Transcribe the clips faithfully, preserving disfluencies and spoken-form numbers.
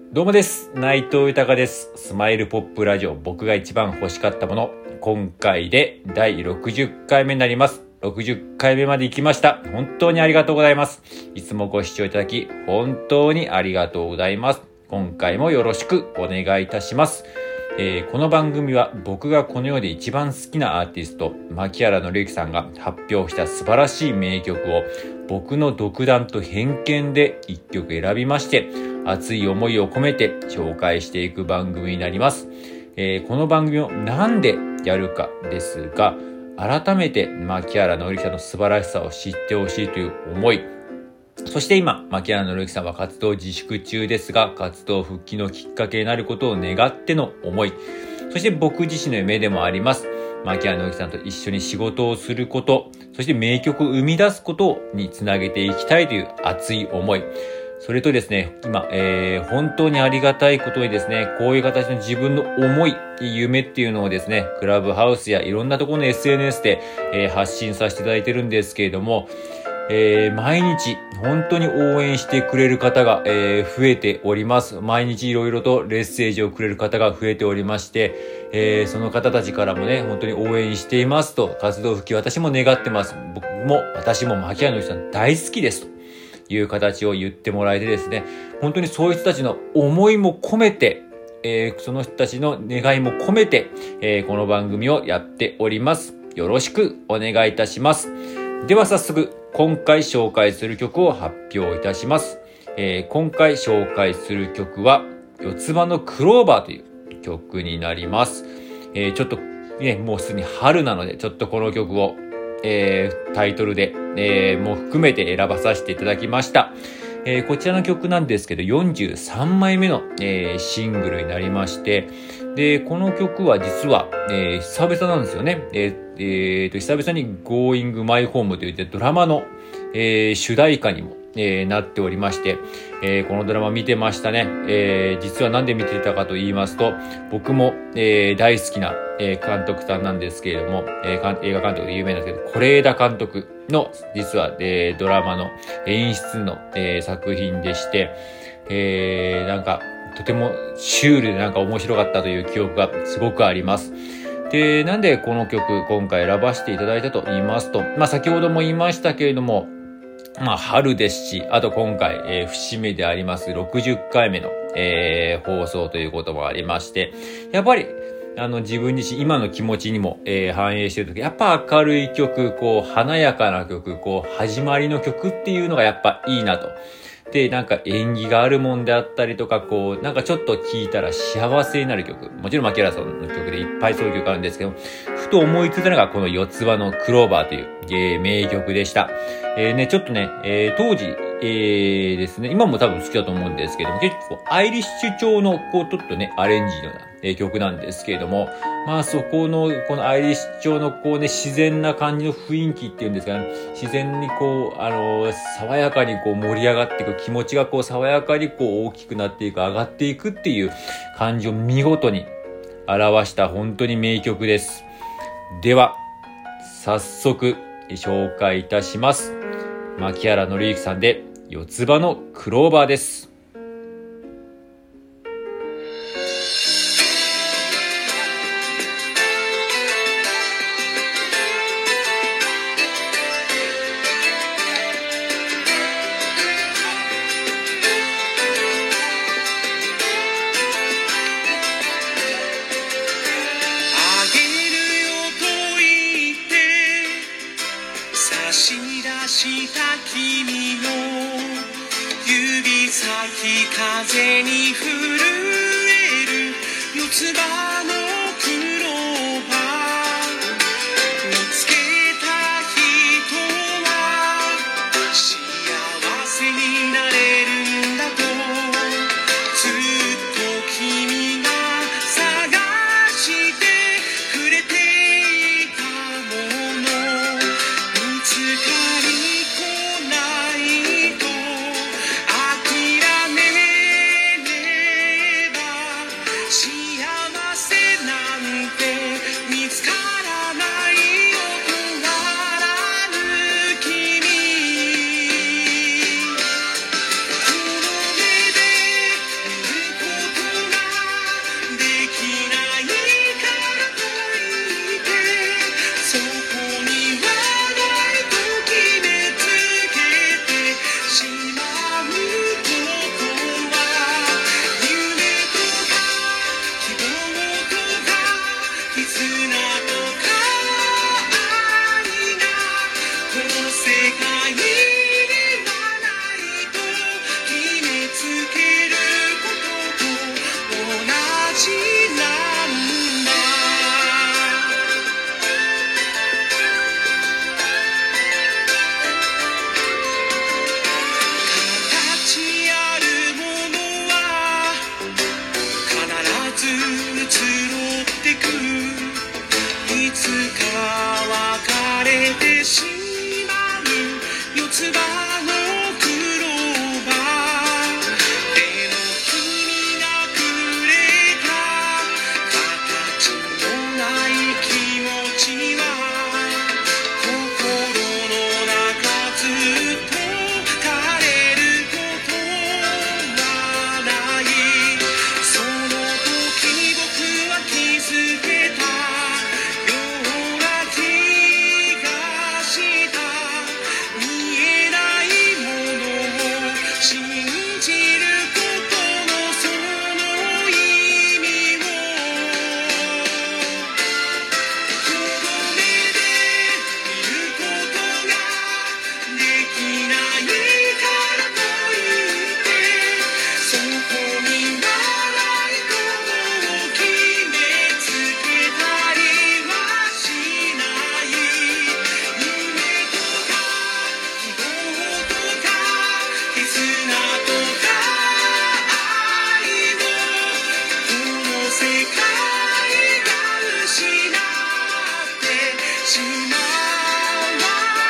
どうもです。内藤豊です。スマイルポップラジオ、僕が一番欲しかったもの。今回でだいろくじゅっかいめになります。ろくじゅっかいめまで行きました。本当にありがとうございます。いつもご視聴いただき、本当にありがとうございます。今回もよろしくお願いいたします。えー、この番組は僕がこの世で一番好きなアーティスト、牧原紀之さんが発表した素晴らしい名曲を僕の独断と偏見で一曲選びまして、熱い思いを込めて紹介していく番組になります。えー、この番組をなんでやるかですが、改めて牧原紀之さんの素晴らしさを知ってほしいという思い、そして今、牧原紀之さんは活動自粛中ですが、活動復帰のきっかけになることを願っての思い、そして僕自身の夢でもあります。牧原紀之さんと一緒に仕事をすること、そして名曲を生み出すことにつなげていきたいという熱い思い。それとですね、今、えー、本当にありがたいことにですね、こういう形の自分の思い、夢っていうのをですね、クラブハウスやいろんなところの エスエヌエス で、えー、発信させていただいてるんですけれども、えー、毎日本当に応援してくれる方が、えー、増えております。毎日いろいろとメッセージをくれる方が増えておりまして、えー、その方たちからもね、本当に応援していますと、活動復帰私も願ってます。僕も、私も牧原紀之さん大好きですという形を言ってもらえてですね、本当にそういう人たちの思いも込めて、えー、その人たちの願いも込めて、えー、この番組をやっております。よろしくお願いいたします。では早速、今回紹介する曲を発表いたします。えー、今回紹介する曲は、四つ葉のクローバーという曲になります。えー、ちょっとね、もうすでに春なので、ちょっとこの曲を、えー、タイトルで、えー、もう含めて選ばさせていただきました。えー、こちらの曲なんですけど、よんじゅうさんまいめの、えー、シングルになりまして、で、この曲は実は、えー、久々なんですよね。えーえー、と久々に Going My Home といってドラマの、えー、主題歌にも、えー、なっておりまして、えー、このドラマ見てましたね。えー、実はなんで見てたかと言いますと、僕も、えー、大好きな、えー、監督さんなんですけれども、えー、映画監督で有名なんですけど、是枝監督の実は、えー、ドラマの演出の、えー、作品でして、えー、なんかとてもシュールでなんか面白かったという記憶がすごくあります。で、なんでこの曲今回選ばせていただいたと言いますと、まあ先ほども言いましたけれども、まあ春ですし、あと今回、えー、節目でありますろくじゅっかいめの、えー、放送ということもありまして、やっぱりあの自分自身今の気持ちにも、えー、反映しているとき、やっぱ明るい曲、こう華やかな曲、こう始まりの曲っていうのがやっぱいいなと。で、なんか縁起があるもんであったりとか、こう、なんかちょっと聴いたら幸せになる曲。もちろん牧原さんの曲でいっぱいそういう曲あるんですけど、ふと思いついたのがこの四つ葉のクローバーという、えー、名曲でした。えー、ね、ちょっとね、えー、当時、えー、ですね、今も多分好きだと思うんですけども、結構アイリッシュ調の、こう、ちょっとね、アレンジのような、えー、曲なんですけれども、まあそこの、このアイリッシュ調のこうね、自然な感じの雰囲気っていうんですかね、自然にこう、あのー、爽やかにこう盛り上がっていく、気持ちがこう爽やかにこう大きくなっていく、上がっていくっていう感じを見事に表した本当に名曲です。では、早速紹介いたします。牧原紀之さんで四つ葉のクローバーです。 した君の指先風に震える四つ葉のクローバー見つけた人は幸せになれるんだとずっと君が探してくれていたもの見つかり幸せか別れてしまう四つ葉のクローバーでも君がくれた形のない気持ちは心の中ずっと枯れることはないその時僕は気づけたような気がした見えないものを信じることのその意味をこの目で見ることができないからといってそこにはないとを決めつけたりはしない夢とか希望とか絆とか愛をこの世界が失ってしまわ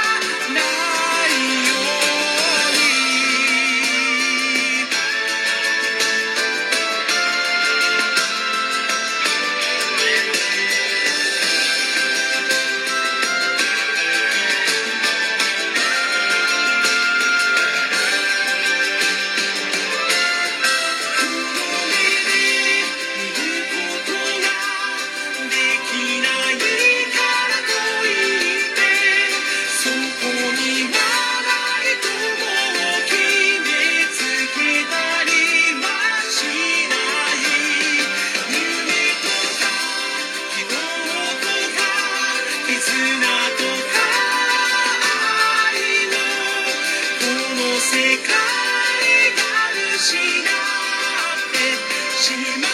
ないようにこの目で見ることができないからといってそこにはないとを決めつけたりはしない夢とか希望とか絆とか愛をこの世界が失ってしま